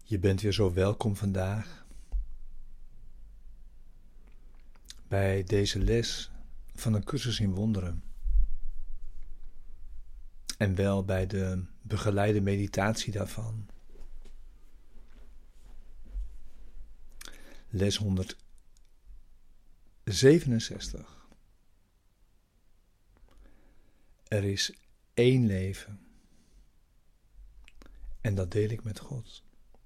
Je bent weer zo welkom vandaag bij deze les van een cursus in wonderen. En wel bij de begeleide meditatie daarvan. Les 167. Er is één leven. En dat deel ik met God.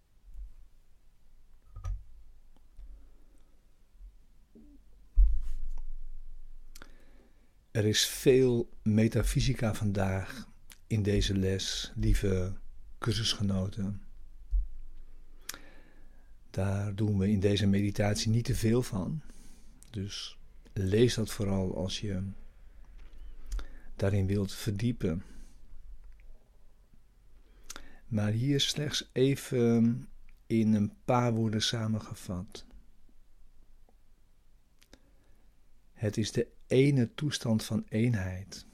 Er is veel metafysica vandaag in deze les, lieve cursusgenoten. Daar doen we in deze meditatie niet te veel van. Dus lees dat vooral als je daarin wilt verdiepen. Maar hier slechts even in een paar woorden samengevat. Het is de ene toestand van eenheid.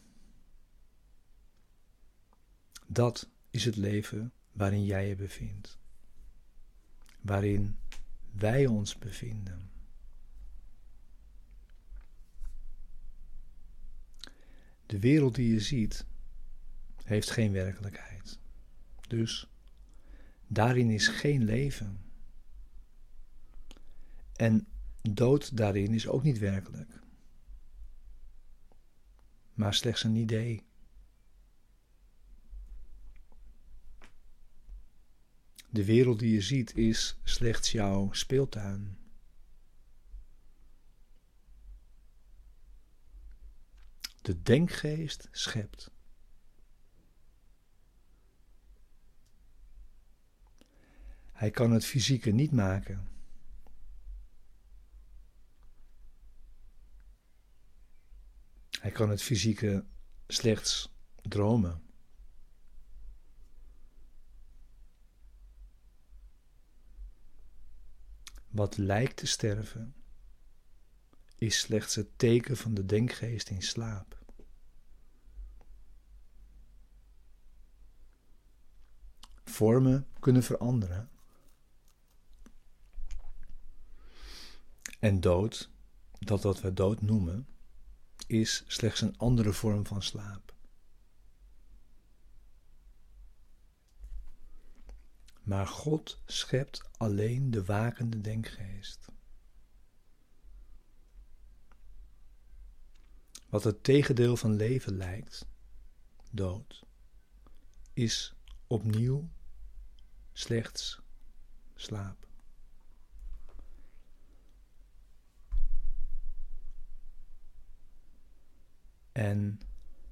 Dat is het leven waarin jij je bevindt. Waarin wij ons bevinden. De wereld die je ziet, heeft geen werkelijkheid. Dus daarin is geen leven. En dood daarin is ook niet werkelijk. Maar slechts een idee. De wereld die je ziet is slechts jouw speeltuin. De denkgeest schept. Hij kan het fysieke niet maken. Hij kan het fysieke slechts dromen. Wat lijkt te sterven, is slechts het teken van de denkgeest in slaap. Vormen kunnen veranderen. En dood, dat wat we dood noemen, is slechts een andere vorm van slaap. Maar God schept alleen de wakende denkgeest. Wat het tegendeel van leven lijkt, dood, is opnieuw slechts slaap. En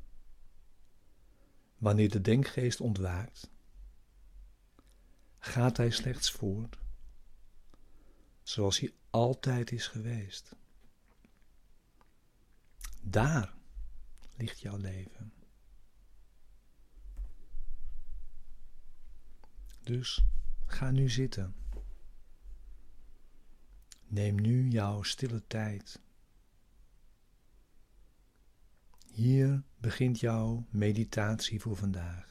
wanneer de denkgeest ontwaakt, gaat hij slechts voort, zoals hij altijd is geweest. Daar ligt jouw leven. Dus ga nu zitten. Neem nu jouw stille tijd. Hier begint jouw meditatie voor vandaag.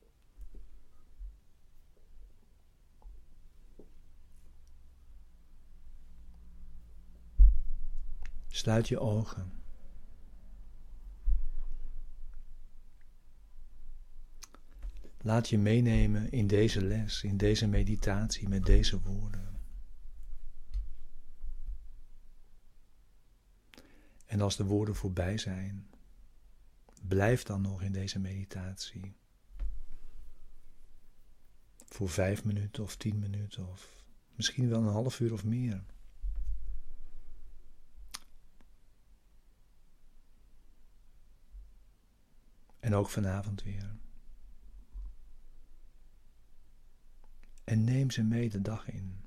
Sluit je ogen. Laat je meenemen in deze les, in deze meditatie met deze woorden. En als de woorden voorbij zijn, blijf dan nog in deze meditatie. Voor 5 minuten of 10 minuten of misschien wel een half uur of meer. En ook vanavond weer. En neem ze mee de dag in.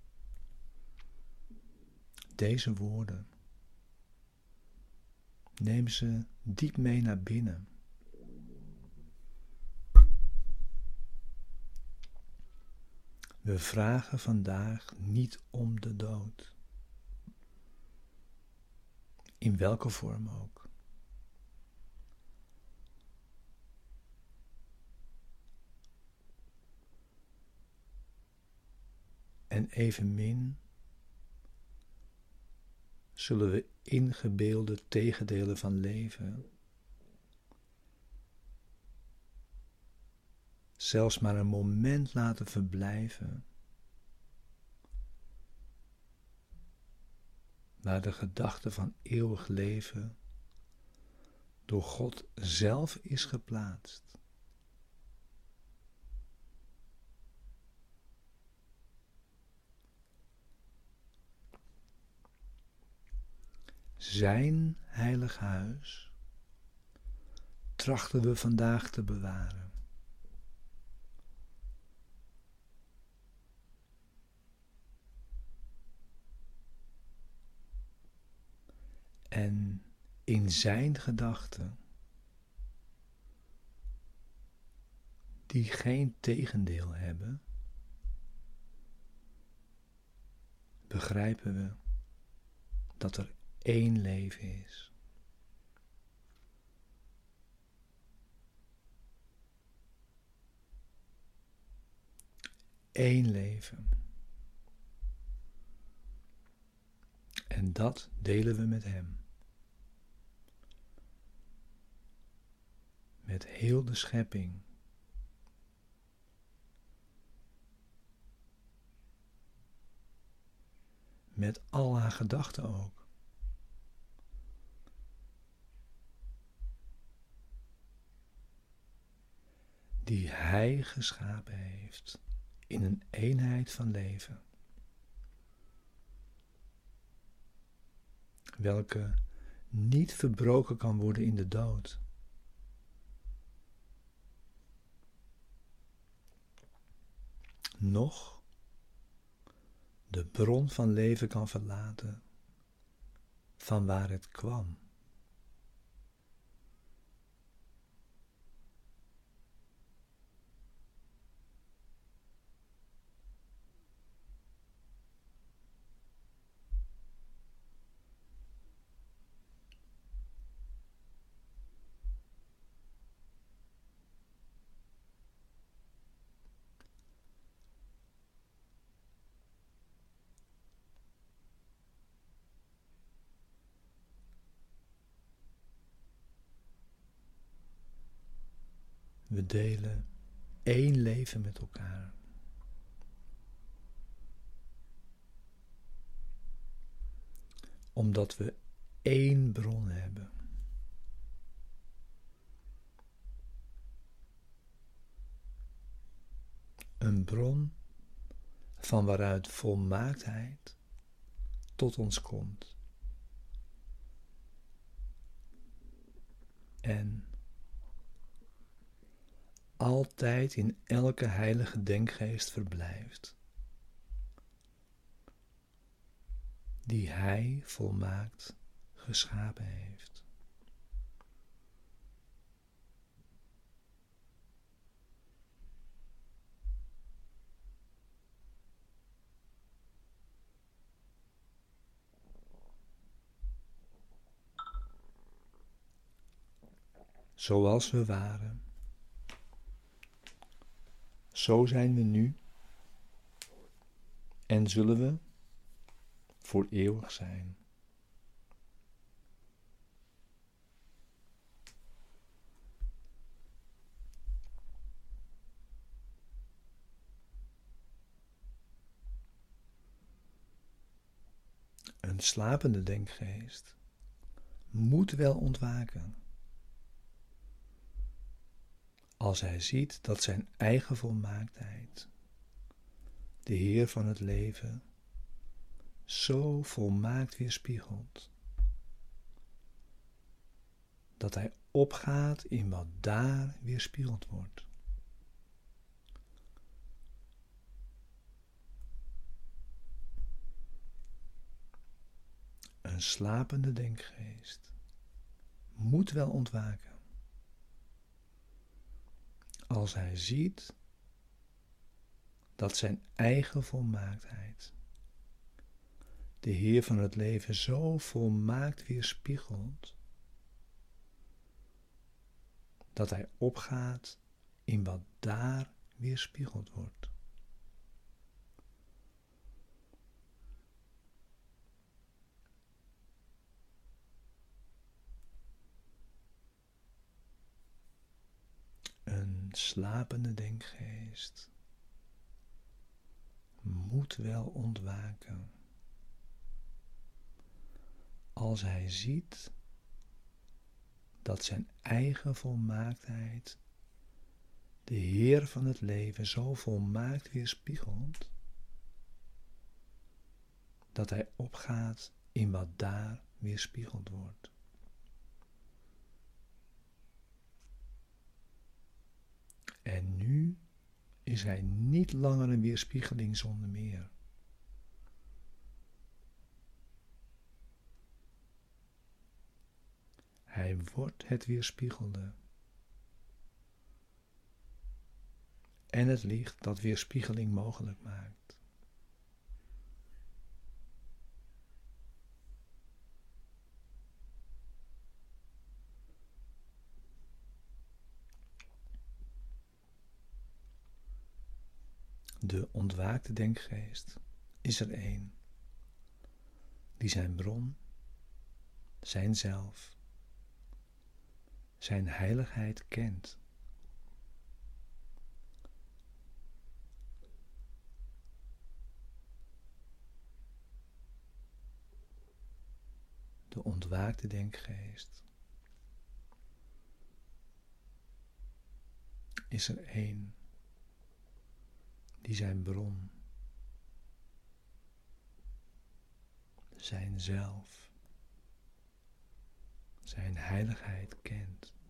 Deze woorden. Neem ze diep mee naar binnen. We vragen vandaag niet om de dood. In welke vorm ook. En evenmin zullen we ingebeelde tegendelen van leven zelfs maar een moment laten verblijven, waar de gedachte van eeuwig leven door God zelf is geplaatst. Zijn heilig huis trachten we vandaag te bewaren. En in zijn gedachten, die geen tegendeel hebben, begrijpen we dat er één leven is. Eén leven. En dat delen we met hem. Met heel de schepping. Met al haar gedachten ook. Die hij geschapen heeft in een eenheid van leven. Welke niet verbroken kan worden in de dood. Noch de bron van leven kan verlaten van waar het kwam. We delen één leven met elkaar. Omdat we één bron hebben. Een bron van waaruit volmaaktheid tot ons komt. En altijd in elke heilige denkgeest verblijft, die hij volmaakt geschapen heeft. Zoals we waren, zo zijn we nu en zullen we voor eeuwig zijn. Een slapende denkgeest moet wel ontwaken als hij ziet dat zijn eigen volmaaktheid, de Heer van het leven, zo volmaakt weerspiegelt, dat hij opgaat in wat daar weerspiegeld wordt. Een slapende denkgeest moet wel ontwaken als hij ziet dat zijn eigen volmaaktheid, de Heer van het leven, zo volmaakt weerspiegelt, dat hij opgaat in wat daar weerspiegeld wordt. slapende denkgeest moet wel ontwaken als hij ziet dat zijn eigen volmaaktheid de Heer van het leven zo volmaakt weerspiegelt, dat hij opgaat in wat daar weerspiegeld wordt. En nu is hij niet langer een weerspiegeling zonder meer. Hij wordt het weerspiegelde. En het licht dat weerspiegeling mogelijk maakt. De ontwaakte denkgeest is er één, die zijn bron, zijn zelf, zijn heiligheid kent. De ontwaakte denkgeest is er één, die zijn bron, zijn zelf, zijn heiligheid kent.